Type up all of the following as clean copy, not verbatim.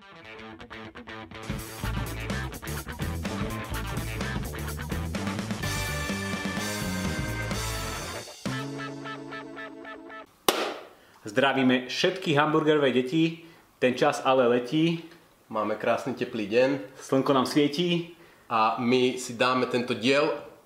Zdravíme všetky hamburgerové deti, ten čas ale letí. Máme krásny teplý deň. Slnko nám svietí. A my si dáme tento diel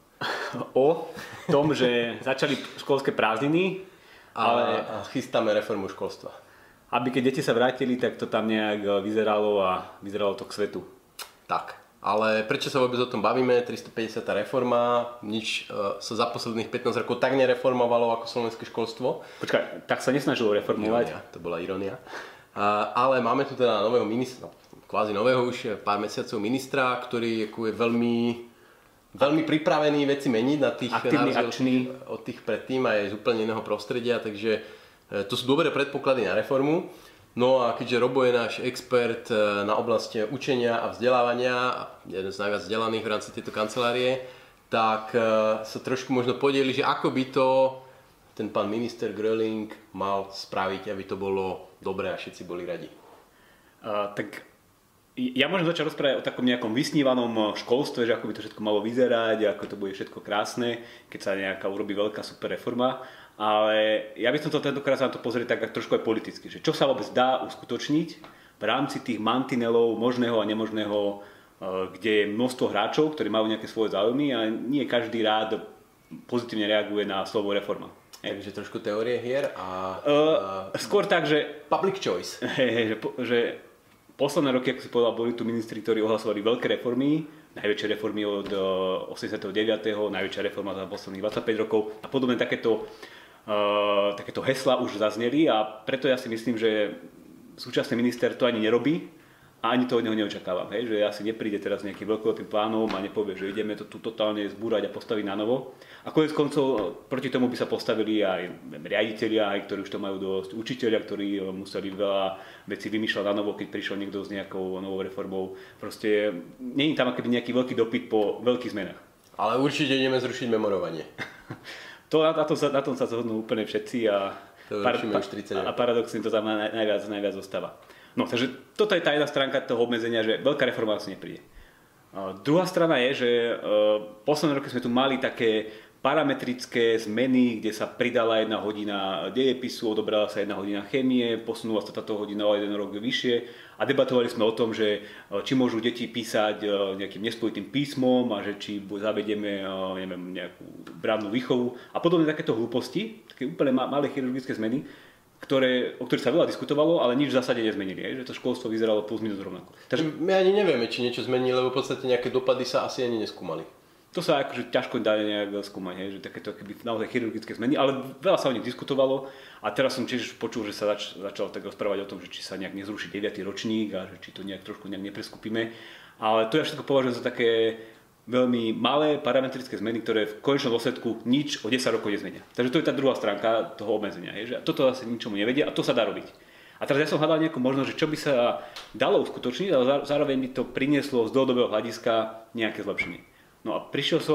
o tom, že začali školské prázdniny. Ale chystáme reformu školstva. Aby keď deti sa vrátili, tak to tam nejak vyzeralo a vyzeralo to k svetu. Tak, ale prečo sa vôbec o tom bavíme? 350. reforma, nič sa za posledných 15 rokov tak nereformovalo ako slovenské školstvo. Počkaj, tak sa nesnažilo reformovať. Ironia, to bola ironia. Ale máme tu teda nového ministra, kvázi nového už pár mesiacov ministra, ktorý je veľmi pripravený veci meniť na tých aktívny, akčný od tých predtým a je z úplne iného prostredia, takže to sú dobré predpoklady na reformu. No a keďže Robo je náš expert na oblasti učenia a vzdelávania, jeden z najviac vzdelaných v rámci tejto kancelárie, tak sa trošku možno podeli, že ako by to ten pán minister Gröling mal spraviť, aby to bolo dobré a všetci boli radi. Tak ja môžem začať rozprávať o takom nejakom vysnívanom školstve, že ako by to všetko malo vyzerať, ako to bude všetko krásne, keď sa nejaká urobí veľká super reforma. Ale ja by som to tentokrát sa na to pozrieť tak trošku aj politicky, že čo sa vôbec dá uskutočniť v rámci tých mantinelov možného a nemožného, kde je množstvo hráčov, ktorí majú nejaké svoje záujmy a nie každý rád pozitívne reaguje na slovo reforma. Takže trošku teórie hier a skôr tak, že public choice. Že posledné roky, ako si povedal, boli tu ministri, ktorí ohlasovali veľké reformy, najväčšie reformy od 89. najväčšia reforma za posledných 25 rokov a podobne takéto heslá už zazneli a preto ja si myslím, že súčasný minister to ani nerobí a ani to od neho neočakávam. Hej? Že asi nepríde teraz nejakým veľkolepým plánom a nepovie, že ideme to tu totálne zbúrať a postaviť na novo. A konec koncov proti tomu by sa postavili aj riaditelia, aj ktorí už to majú dosť, učitelia, ktorí museli veľa vecí vymýšľať na novo, keď prišiel niekto s nejakou novou reformou. Proste nie je tam akoby nejaký veľký dopyt po veľkých zmenách. Ale určite ideme zrušiť memorovanie. Na tom sa zhodnú úplne všetci a paradoxne to tam najviac zostáva. No, takže toto je tá jedna stránka toho obmedzenia, že veľká reforma asi nepríde. Druhá strana je, že posledné roky sme tu mali také parametrické zmeny, kde sa pridala 1 hodina dejepisu, odobrala sa 1 hodina chémie, posunula sa táto hodina o 1 rok vyššie a debatovali sme o tom, že či môžu deti písať nejakým nespojitým písmom a že či zavedieme nejakú brávnu výchovu a podobne takéto hlúposti, také úplne malé chirurgické zmeny, o ktorých sa veľa diskutovalo, ale nič v zásade nezmenili, že to školstvo vyzeralo plus minus rovnako. Takže my ani nevieme, či niečo zmenili, lebo v podstate nejaké dopady sa asi ani neskúmali. To sa akože ťažko dá nejak skúmať, že takéto naozaj chirurgické zmeny, ale veľa sa o nich diskutovalo a teraz som tiež počul, že sa začalo tak rozprávať o tom, že či sa nejak nezruší 9. ročník a že či to trošku nejak nepreskupíme, ale to ja všetko považujem za také veľmi malé parametrické zmeny, ktoré v konečnom dôsledku nič o 10 rokov nezmenia. Takže to je tá druhá stránka toho obmedzenia, že toto zase ničomu nevedia a to sa dá robiť. A teraz ja som hľadal nejakú možnosť, že čo by sa dalo uskutočniť, ale zároveň by to prinieslo z dlhodobého hľadiska nejaké zlepšenie. No a zobral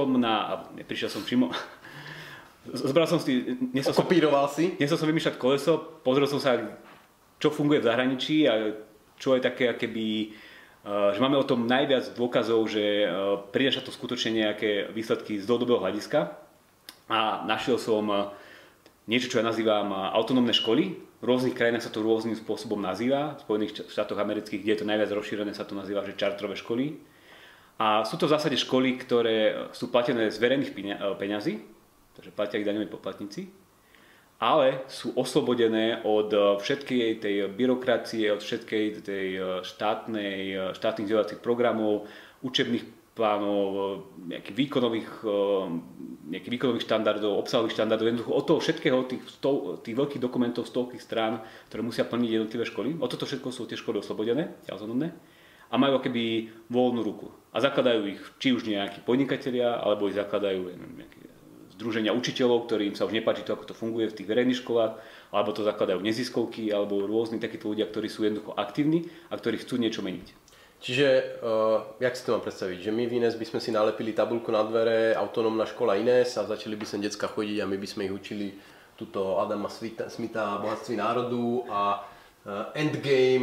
som si, nechcel som vymýšľať koleso, pozrel som sa, čo funguje v zahraničí a čo je také akéby, že máme o tom najviac dôkazov, že prináša to skutočne nejaké výsledky z dlhodobého hľadiska a našiel som niečo, čo ja nazývam autonómne školy. V rôznych krajinách sa to rôznym spôsobom nazýva. V Spojených štátoch amerických, kde je to najviac rozšírené, sa to nazýva, že čartrové školy. A sú to v zásade školy, ktoré sú platené z verejných peňazí, takže platia ich daňoví poplatníci, ale sú oslobodené od všetkej tej byrokracie, od všetkej tej štátnych vzdelávacích programov, učebných plánov, nejakých výkonových štandardov, obsahových štandardov, jednoducho od toho všetkého, tých veľkých dokumentov, stovkých strán, ktoré musia plniť jednotlivé školy. Od toto všetko sú tie školy oslobodené, autonómne a majú akoby voľnú ruku. A zakladajú ich či už nejakí podnikatelia, alebo ich zakladajú nejaké združenia učiteľov, ktorým sa už nepáči to, ako to funguje v tých verejných školách, alebo to zakladajú neziskovky, alebo rôzni takíto ľudia, ktorí sú jednoducho aktívni a ktorí chcú niečo meniť. Čiže, jak si to mám predstaviť, že my v Ines by sme si nalepili tabuľku na dvere, autonómna škola Ines a začali by sem decka chodiť a my by sme ich učili tuto Adama Smitha, bohatství národu a endgame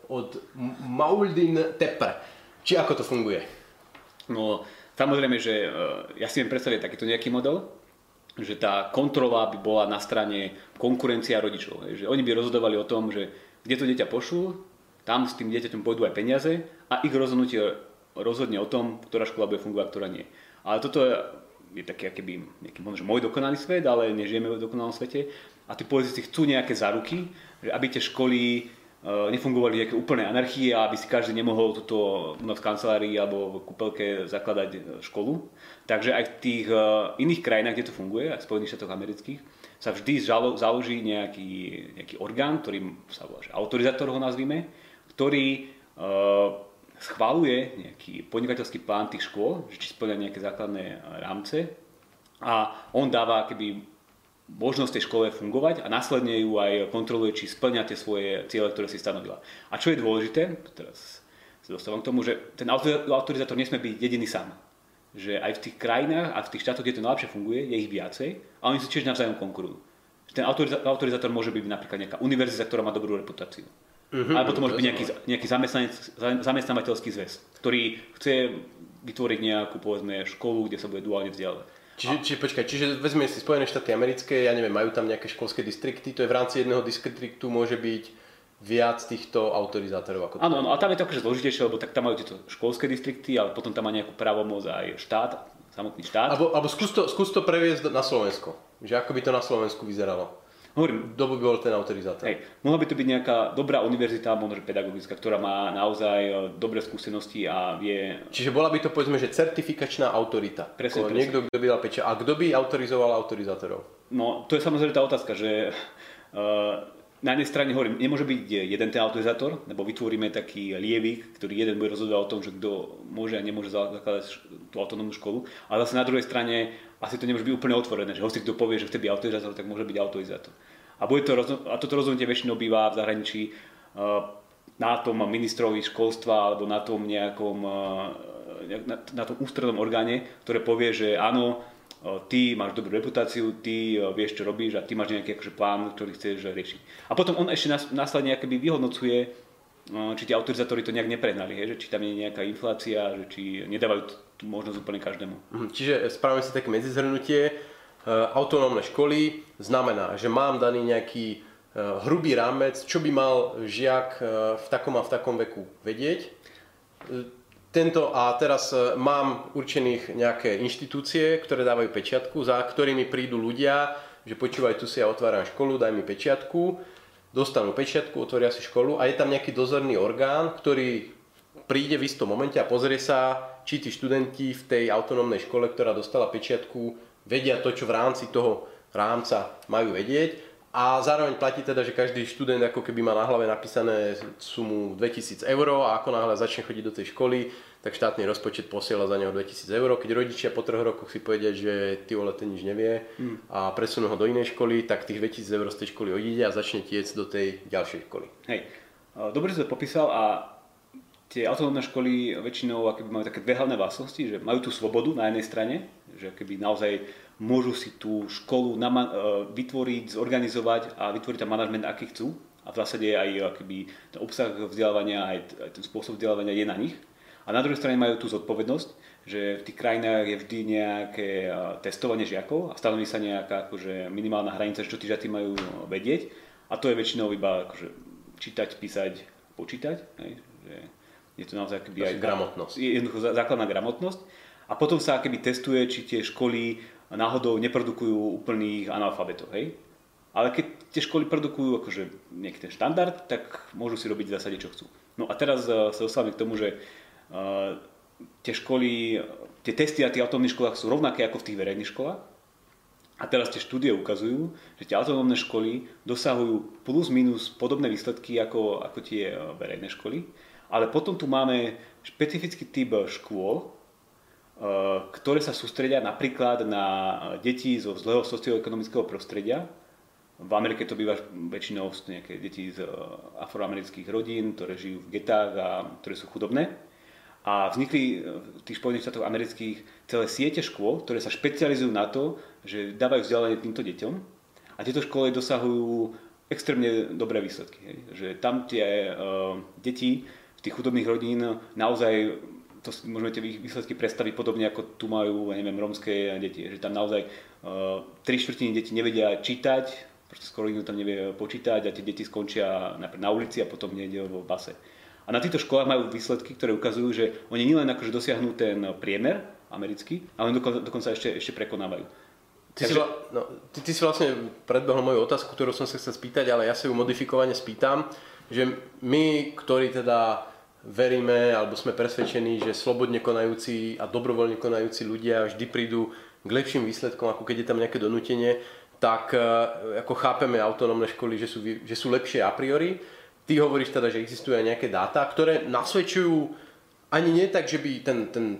od Mauldin Tepper. Či ako to funguje? No, samozrejme, že ja si viem predstaviť takýto nejaký model, že tá kontrola by bola na strane konkurencia rodičov. Že oni by rozhodovali o tom, že kde to dieťa pošlú, tam s tým dieťaťom pôjdu aj peniaze a ich rozhodnutie rozhodne o tom, ktorá škola bude fungovať, ktorá nie. Ale toto je taký akoby nejaký možno môj dokonalý svet, ale nežijeme v dokonalom svete. A tí politici chcú nejaké záruky, že aby tie školy nefungovali nejaké úplné anarchie a aby si každý nemohol túto v kancelárii alebo v kúpelke zakladať školu. Takže aj v tých iných krajinách, kde to funguje, aj v Spojených štátoch amerických, sa vždy založí nejaký orgán, ktorý sa volá, že autorizátor ho nazvime, ktorý schvaľuje nejaký podnikateľský plán tých škôl, či spĺňa nejaké základné rámce a on dáva keby možnosť tej škole fungovať a následne ju aj kontroluje, či spĺňa tie svoje ciele, ktoré si stanovila. A čo je dôležité, teraz sa dostávam k tomu, že ten autorizátor nesmie byť jediný sám. Že aj v tých krajinách a v tých štátoch, kde to najlepšie funguje, je ich viacej a oni si tiež navzájom konkurujú. Ten autorizátor môže byť napríklad nejaká univerzita, ktorá má dobrú reputáciu. Alebo to môže byť nejaký zamestnávateľský zväz, ktorý chce vytvoriť nejakú, povedzme, školu, kde sa bude duálne vzdelávať. Čiže vezme si Spojené štáty americké, ja neviem, majú tam nejaké školské distrikty, to je v rámci jedného distriktu môže byť viac týchto autorizátorov. Áno, a tam je to akože zložitejšie, lebo tak tam majú tieto školské distrikty, ale potom tam má nejakú právomoc aj štát, samotný štát. Alebo skús to previesť na Slovensko, že ako by to na Slovensku vyzeralo. Hovorím, kto by bol ten autorizátor? Mohla by to byť nejaká dobrá univerzita, možno pedagogická, ktorá má naozaj dobré skúsenosti a vie... Čiže bola by to, povedzme, že certifikačná autorita. Presne. Niekto, kto by dal pečať. A kto by autorizoval autorizátorov? No, to je samozrejme tá otázka, že na jednej strane hovorím, nemôže byť jeden ten autorizátor, lebo vytvoríme taký lievik, ktorý jeden bude rozhodovať o tom, že kto môže a nemôže zakladať tú autonómnu školu. Ale zase na druhej strane asi to nemôže byť úplne otvorené, že hoci kto povie, že chce byť autorizátor, tak môže byť autorizátor. A toto rozhodnutie väčšinou býva v zahraničí na tom ministrovi školstva alebo na tom nejakom na tom ústrednom orgáne, ktoré povie, že áno, ty máš dobrú reputáciu, ty vieš, čo robíš a ty máš nejaký akože plán, ktorý chceš riešiť. A potom on ešte následne akoby vyhodnocuje, či tí autorizátori to nejak neprehnali, že či tam je nejaká inflácia, že či nedávajú tú možnosť úplne každému. Čiže spravíme si také medzizhrnutie. Autonómne školy znamená, že mám daný nejaký hrubý rámec, čo by mal žiak v takom a v takom veku vedieť. A teraz mám určených nejaké inštitúcie, ktoré dávajú pečiatku, za ktorými prídu ľudia, že počúvaj, tu si ja otváram školu, daj mi pečiatku, dostanú pečiatku, otvoria si školu a je tam nejaký dozorný orgán, ktorý príde v istom momente a pozrie sa, či tí študenti v tej autonómnej škole, ktorá dostala pečiatku, vedia to, čo v rámci toho rámca majú vedieť. A zároveň platí teda, že každý študent ako keby má na hlave napísané sumu 2000 eur a ako náhle začne chodiť do tej školy, tak štátny rozpočet posiela za neho 2000 eur. Keď rodičia po 3 rokoch si povedia, že ty vole, ten nič nevie a presunú ho do inej školy, tak tých 2000 eur z tej školy odíde a začne tiecť do tej ďalšej školy. Hej, dobre si to popísal a tie autonómne školy väčšinou majú také dve hlavné vlastnosti, že majú tú svobodu na jednej strane, že keby naozaj môžu si tú školu vytvoriť, zorganizovať a vytvoriť tam manažment, aký chcú. A v zásade aj keby ten obsah vzdelávania, aj ten spôsob vzdelávania je na nich. A na druhej strane majú tú zodpovednosť, že v tých krajinách je vždy nejaké testovanie žiakov a stanoví sa nejaká akože minimálna hranica, čo tí žiaci majú vedieť. A to je väčšinou iba akože čítať, písať, počítať. Hej? Že je to naozaj akoby aj gramotnosť. Jednoducho základná gramotnosť. A potom sa akoby testuje, či tie školy náhodou neprodukujú úplných analfabetov. Hej? Ale keď tie školy produkujú akože nejaký ten štandard, tak môžu si robiť v zásade, čo chcú. No a teraz sa dostávame k tomu, že tie školy, tie testy na tých autonómnych školách sú rovnaké ako v tých verejných školách. A teraz tie štúdie ukazujú, že tie autonómne školy dosahujú plus minus podobné výsledky ako tie verejné školy. Ale potom tu máme špecifický typ škôl, ktoré sa sústredia napríklad na deti zo zlého socioekonomického prostredia. V Amerike to býva väčšinou nejaké deti z afroamerických rodín, ktoré žijú v getách a ktoré sú chudobné. A vznikli v tých Spojených štátoch amerických celé siete škôl, ktoré sa špecializujú na to, že dávajú vzdelávanie týmto deťom. A tieto školy dosahujú extrémne dobré výsledky. Hej. Že tam tie deti z tých chudobných rodín naozaj, to si môžeme tie výsledky predstaviť podobne ako tu majú, neviem, rómske deti. Že tam naozaj 3/4 detí nevedia čítať, proste skoro nikto tam nevie počítať a tie deti skončia na ulici a potom niekde v base. A na týchto školách majú výsledky, ktoré ukazujú, že oni nielen akože dosiahnu ten priemer americký, ale dokonca ešte prekonávajú. Ty si vlastne predbehol moju otázku, ktorú som sa chcel spýtať, ale ja sa ju modifikovane spýtam, že my, ktorí teda veríme alebo sme presvedčení, že slobodne konajúci a dobrovoľne konajúci ľudia vždy prídu k lepším výsledkom, ako keď je tam nejaké donútenie, tak ako chápeme autonómne školy, že sú lepšie a priori. Ty hovoríš teda, že existujú aj nejaké dáta, ktoré nasvedčujú ani nie tak, že by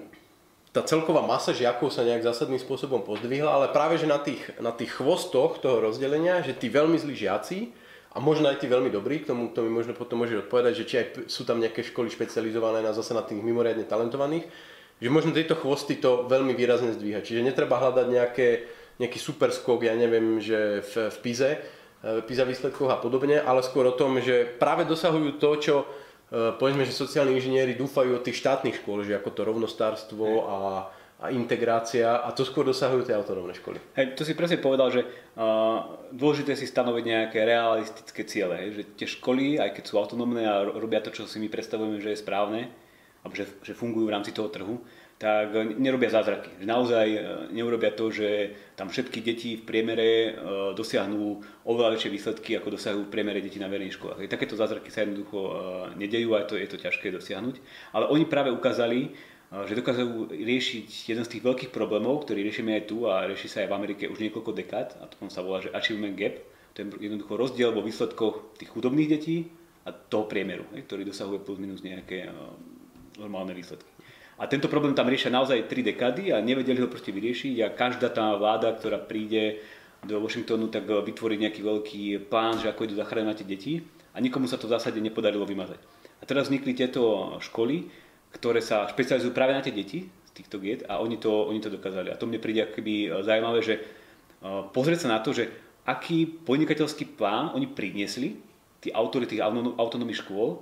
tá celková masa žiakov sa nejak zásadným spôsobom pozdvihla, ale práve, že na tých chvostoch toho rozdelenia, že tí veľmi zlí žiaci a možno aj tí veľmi dobrí, k tomu mi možno potom môžeš odpovedať, že či aj sú tam nejaké školy špecializované zase na tých mimoriadne talentovaných, že možno tieto chvosty to veľmi výrazne zdvíha. Čiže netreba hľadať nejaký super skok, ja neviem, že v PISA výsledkoch a podobne, ale skôr o tom, že práve dosahujú to, čo povedzme, že sociálni inžinieri dúfajú od tých štátnych škôl, že ako to rovnostárstvo a integrácia, a to skôr dosahujú tie autonómne školy. Hej, to si presne povedal, že dôležité si stanoviť nejaké realistické ciele, že tie školy, aj keď sú autonómne a robia to, čo si my predstavujeme, že je správne, alebo že fungujú v rámci toho trhu, tak nerobia zázraky. Že naozaj neurobia to, že tam všetky deti v priemere dosiahnu oveľa väčšie výsledky, ako dosahujú v priemere deti na verejných školách. Takéto zázraky sa jednoducho nedejú a je to ťažké dosiahnuť. Ale oni práve ukázali, že dokážu riešiť jeden z tých veľkých problémov, ktorý riešime aj tu a rieši sa aj v Amerike už niekoľko dekád, a to sa volá, že achievement gap. To je jednoducho rozdiel vo výsledkoch tých chudobných detí a toho priemeru, ktorý dosahuje plus minus nejaké normálne výsledky. A tento problém tam riešia naozaj 3 dekády a nevedeli ho proste vyriešiť a každá tá vláda, ktorá príde do Washingtonu, tak vytvorí nejaký veľký plán, že ako idú zachráňovať tie deti a nikomu sa to v zásade nepodarilo vymazať. A teraz vznikli tieto školy, ktoré sa špecializujú práve na tie deti z týchto diet a oni to dokázali. A to mne príde akoby zaujímavé, že pozrieť sa na to, že aký podnikateľský plán oni priniesli, tí autori tých autonómnych škôl,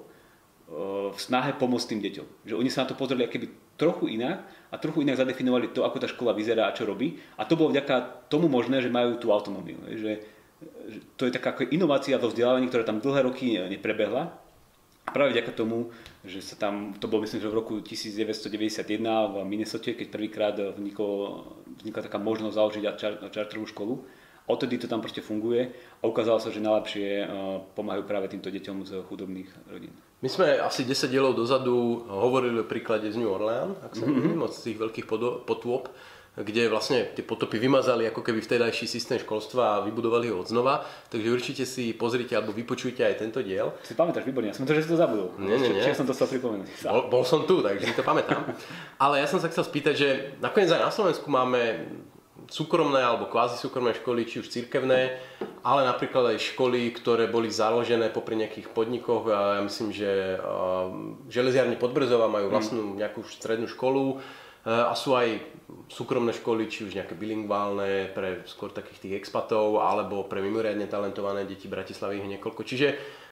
v snahe pomôcť tým deťom. Že oni sa na to pozreli akoby trochu inak a trochu inak zadefinovali to, ako tá škola vyzerá a čo robí. A to bolo vďaka tomu možné, že majú tú autonómiu. Že to je taká inovácia vo vzdelávaní, ktorá tam dlhé roky neprebehla. A práve vďaka tomu, že sa tam, to bolo myslím, že v roku 1991 v Minnesote, keď prvýkrát vznikla taká možnosť založiť čarterovú školu. Odtedy to tam proste funguje a ukázalo sa, že najlepšie pomáhajú práve týmto deťom z chudobných rodín. My sme asi 10 dielov dozadu hovorili o príklade z New Orleans, ak sa neviem, od tých veľkých potôp, kde vlastne tie potopy vymazali ako keby vtedajší systém školstva a vybudovali ho odznova. Takže určite si pozrite alebo vypočujte aj tento diel. Si pamätáš, výborne, ja som to, že si to zabudol. Nie. Čiže som to chcel pripomenúť. Bol som tu, takže si to pamätám. Ale ja som sa chcel spýtať, že nakoniec aj na Slovensku máme súkromné alebo kvázi súkromné školy, či už cirkevné, ale napríklad aj školy, ktoré boli založené popri nejakých podnikoch. Ja myslím, že železiarne Podbrzova majú vlastnú nejakú strednú školu a sú aj súkromné školy, či už nejaké bilingválne pre skôr takých tých expatov alebo pre mimoriadne talentované deti Bratislavy je niekoľko. Čiže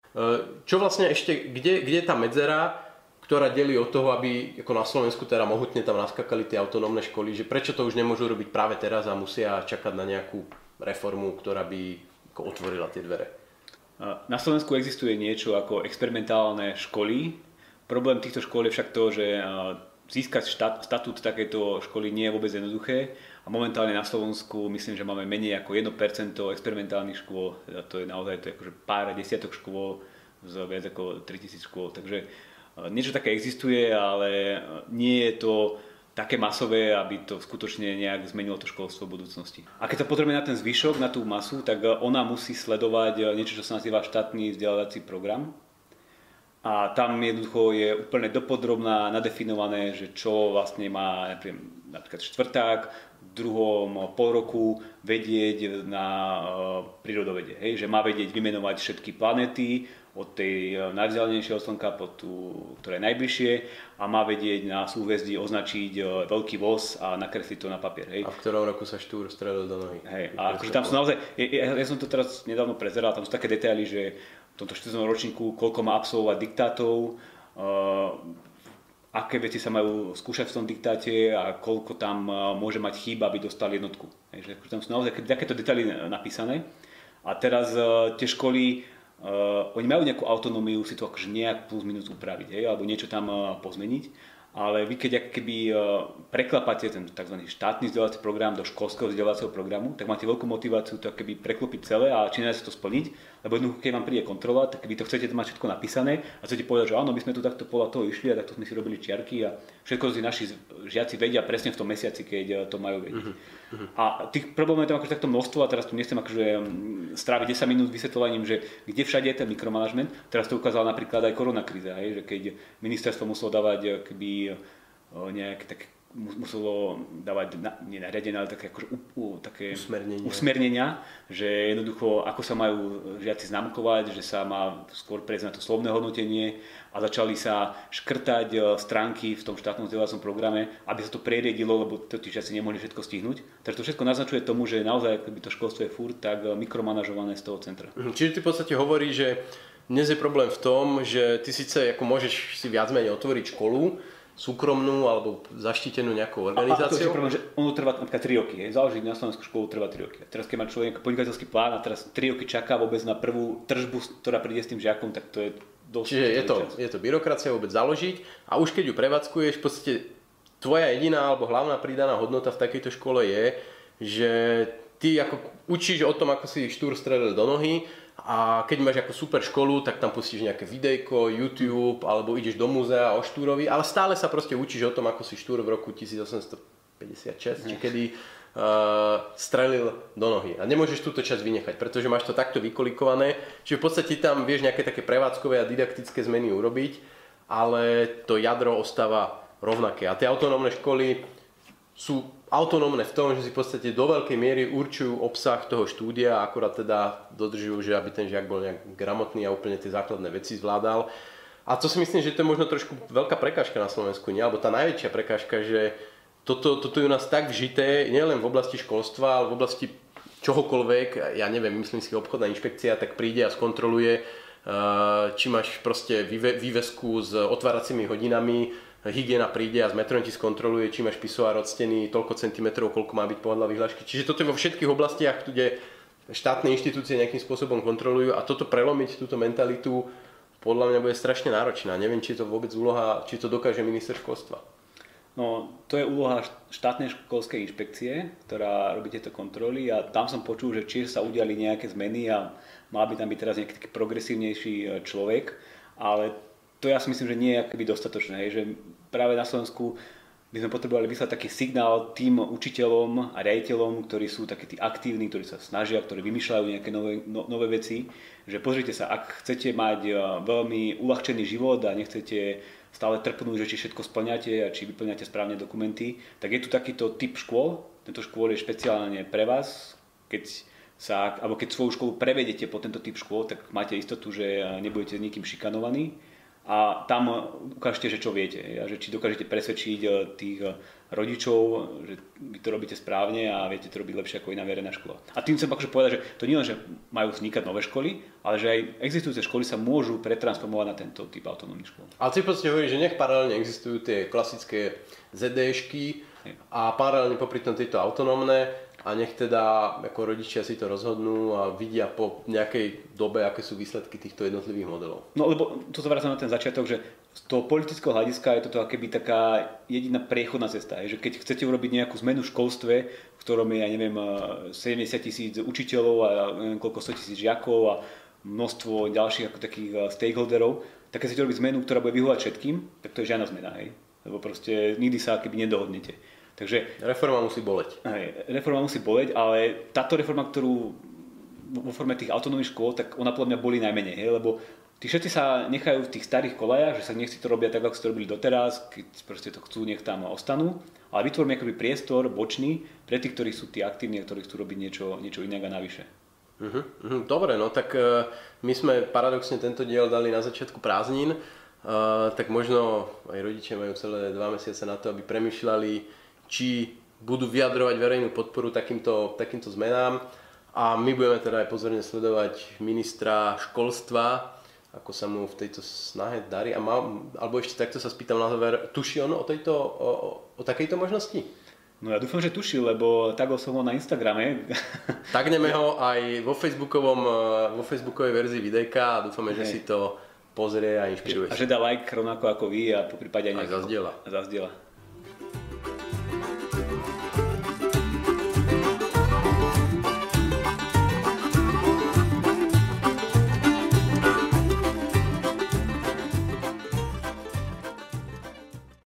čo vlastne ešte, kde je tá medzera, ktorá delí od toho, aby ako na Slovensku teda mohutne tam naskakali tie autonómne školy, že prečo to už nemôžu robiť práve teraz a musia čakať na nejakú reformu, ktorá by otvorila tie dvere? Na Slovensku existuje niečo ako experimentálne školy. Problém týchto škôl je však to, že získať štatút takejto školy nie je vôbec jednoduché a momentálne na Slovensku myslím, že máme menej ako 1% experimentálnych škôl. To je naozaj akože pár desiatok škôl z viac ako 3000 škôl. Takže niečo také existuje, ale nie je to také masové, aby to skutočne nejak zmenilo to školstvo v budúcnosti. A keď sa pozrieme na ten zvyšok, na tú masu, tak ona musí sledovať niečo, čo sa nazýva štátny vzdelávací program. A tam jednoducho je úplne dopodrobná nadefinované, že čo vlastne má napríklad štvrták v druhom polroku vedieť na prírodovede. Hej? Že má vedieť vymenovať všetky planéty, od tej najvzdialenejšieho slnka po tú, ktoré je najbližšie a má vedieť na súhvezdí označiť veľký voz a nakresliť to na papier. Hej. A v ktorom roku sa Štúr strelil do nohy? Hej. A akože tam sú naozaj, ja som to teraz nedávno prezeral, tam sú také detaily, že v tomto 4. ročníku koľko má absolvovať diktátov, aké veci sa majú skúšať v tom diktáte a koľko tam môže mať chýb, aby dostali jednotku. Hej. Že tam sú naozaj takéto detaily napísané. A teraz tie školy oni majú nejakú autonómiu si to akože nejak plus minus upraviť, hej, alebo niečo tam pozmeniť, ale vy keď keby preklapáte ten tzv. Štátny vzdelávací program do školského vzdelávacieho programu, tak máte veľkú motiváciu to keby preklopiť celé a či sa to splniť, lebo jednoducho keď vám príde kontrola, tak vy to chcete mať všetko napísané a chcete povedať, že áno, my sme tu takto podľa toho išli a takto sme si robili čiarky a všetko si naši žiaci vedia presne v tom mesiaci, keď to majú vedieť. A tých problémov je tam akože takto množstvo a teraz tu nechcem akože stráviť 10 minút vysvetľovaním, že kde všade je ten mikromanagement. Teraz to ukázala napríklad aj koronakríza, hej, že keď ministerstvo muselo dávať keby nejaké také muselo dávať nie nariadenia, ale také, akože, také usmernenia, že jednoducho ako sa majú žiaci známkovať, že sa má skôr prejsť na to slovné hodnotenie a začali sa škrtať stránky v tom štátnom vzdelávacom programe, aby sa to preriedilo, lebo tí žiaci nemohli všetko stihnúť. Takže to všetko naznačuje tomu, že naozaj to školstvo je furt tak mikromanažované z toho centra. Čiže ty v podstate hovoríš, že dnes je problém v tom, že ty síce ako môžeš si viac menej otvoriť školu, súkromnú alebo zaštítenú nejakou organizáciou. A to je problém, že ono trvá napríklad 3 roky. Založiť na Slovensku školu trvá 3 roky. A teraz keď má človek podnikateľský plán a teraz 3 roky čaká vôbec na prvú tržbu, ktorá príde s tým žiakom, tak to je dosť. Čiže je to byrokracia vôbec založiť a už keď ju prevádzkuješ, v podstate tvoja jediná alebo hlavná pridaná hodnota v takejto škole je, že ty ako učíš o tom, ako si Štúr strelil do nohy. A keď máš ako super školu, tak tam pustíš nejaké videjko, YouTube, alebo ideš do múzea o Štúrovi, ale stále sa proste učíš o tom, ako si Štúr v roku 1856, či kedy strelil do nohy. A nemôžeš túto časť vynechať, pretože máš to takto vykolikované, čiže v podstate tam vieš nejaké také prevádzkové a didaktické zmeny urobiť, ale to jadro ostáva rovnaké. A tie autonómne školy sú autonómne v tom, že si v podstate do veľkej miery určujú obsah toho štúdia a akurát teda dodržujú, že aby ten žiak bol nejak gramotný a úplne tie základné veci zvládal. A to si myslím, že to je možno trošku veľká prekážka na Slovensku, nie? Alebo tá najväčšia prekážka, že toto je u nás tak vžité, nielen v oblasti školstva, ale v oblasti čohokoľvek, ja neviem, myslím si, obchodná inšpekcia tak príde a skontroluje, či máš proste vývesku s otváracími hodinami, hygiena príde a z metrom ti skontroluje, či máš pisoár od steny toľko centimetrov, koľko má byť podľa vyhlášky. Čiže toto je vo všetkých oblastiach, kde štátne inštitúcie nejakým spôsobom kontrolujú a toto prelomiť, túto mentalitu, podľa mňa bude strašne náročná. Neviem, či je to vôbec úloha, či to dokáže minister školstva. No, to je úloha štátnej školskej inšpekcie, ktorá robí tieto kontroly a tam som počul, že či sa udiali nejaké zmeny a mal by tam byť teraz nejaký taký progresívnejší človek, ale to ja si myslím, že nie je akoby dostatočné, že práve na Slovensku by sme potrebovali vyslať taký signál tým učiteľom a riaditeľom, ktorí sú takí tí aktívni, ktorí sa snažia, ktorí vymýšľajú nejaké nové veci, že pozrite sa, ak chcete mať veľmi uľahčený život a nechcete stále trpnúť, že či všetko splňate a či vyplňate správne dokumenty, tak je tu takýto typ škôl. Tento škôl je špeciálne pre vás, keď svoju školu prevedete po tento typ škôl, tak máte istotu, že nebudete nikým šikanovaní. A tam ukážete, že čo viete, že či dokážete presvedčiť tých rodičov, že vy to robíte správne a viete to robiť lepšie ako iná verejná škola. A tým chcem akože povedať, že to nie len, že majú vznikať nové školy, ale že aj existujúce školy sa môžu pretransformovať na tento typ autonómnych škôl. Ale ty v podstate hovoríš, že nech paralelne existujú tie klasické ZD-šky a paralelne popri tom tieto autonómne a nech teda ako rodičia si to rozhodnú a vidia po nejakej dobe, aké sú výsledky týchto jednotlivých modelov. No lebo to sa vracam na ten začiatok, že z toho politického hľadiska je toto akoby taká jediná priechodná cesta. Že keď chcete urobiť nejakú zmenu v školstve, v ktorom je, ja neviem, 70 000 učiteľov a neviem koľko 100 000 žiakov a množstvo ďalších ako takých stakeholderov, tak keď chcete robiť zmenu, ktorá bude vyhovovať všetkým, tak to je žiadna zmena. Hej? Lebo proste nikdy sa akoby nedohodnete. Takže reforma musí boleť. Reforma musí boleť, ale táto reforma, ktorú vo forme tých autonómnych škôl, tak ona podľa mňa bolí najmenej, lebo tí všetci sa nechajú v tých starých kolajach, že sa nech si to robia tak, ako si to robili doteraz, keď proste to chcú, nech tam ostanú, ale vytvoríme akoby priestor bočný pre tých, ktorí sú tí aktívni a ktorí chcú robiť niečo inak a navyše. Dobre, no tak my sme paradoxne tento diel dali na začiatku prázdnin, tak možno aj rodičia majú celé 2 mesiace na to, aby premýšľali, či budú vyjadrovať verejnú podporu takýmto zmenám. A my budeme teda aj pozorne sledovať ministra školstva, ako sa mu v tejto snahe darí. Alebo ešte takto sa spýtam na záver, tuší on o takejto možnosti? No ja dúfam, že tuší, lebo tagol som ho na Instagrame. Tagneme ho aj vo facebookovej verzii videjka a dúfame, že si to pozrie a inšpiruje. A že dá like rovnako ako vy a poprípade aj zazdieľa. Zazdieľa.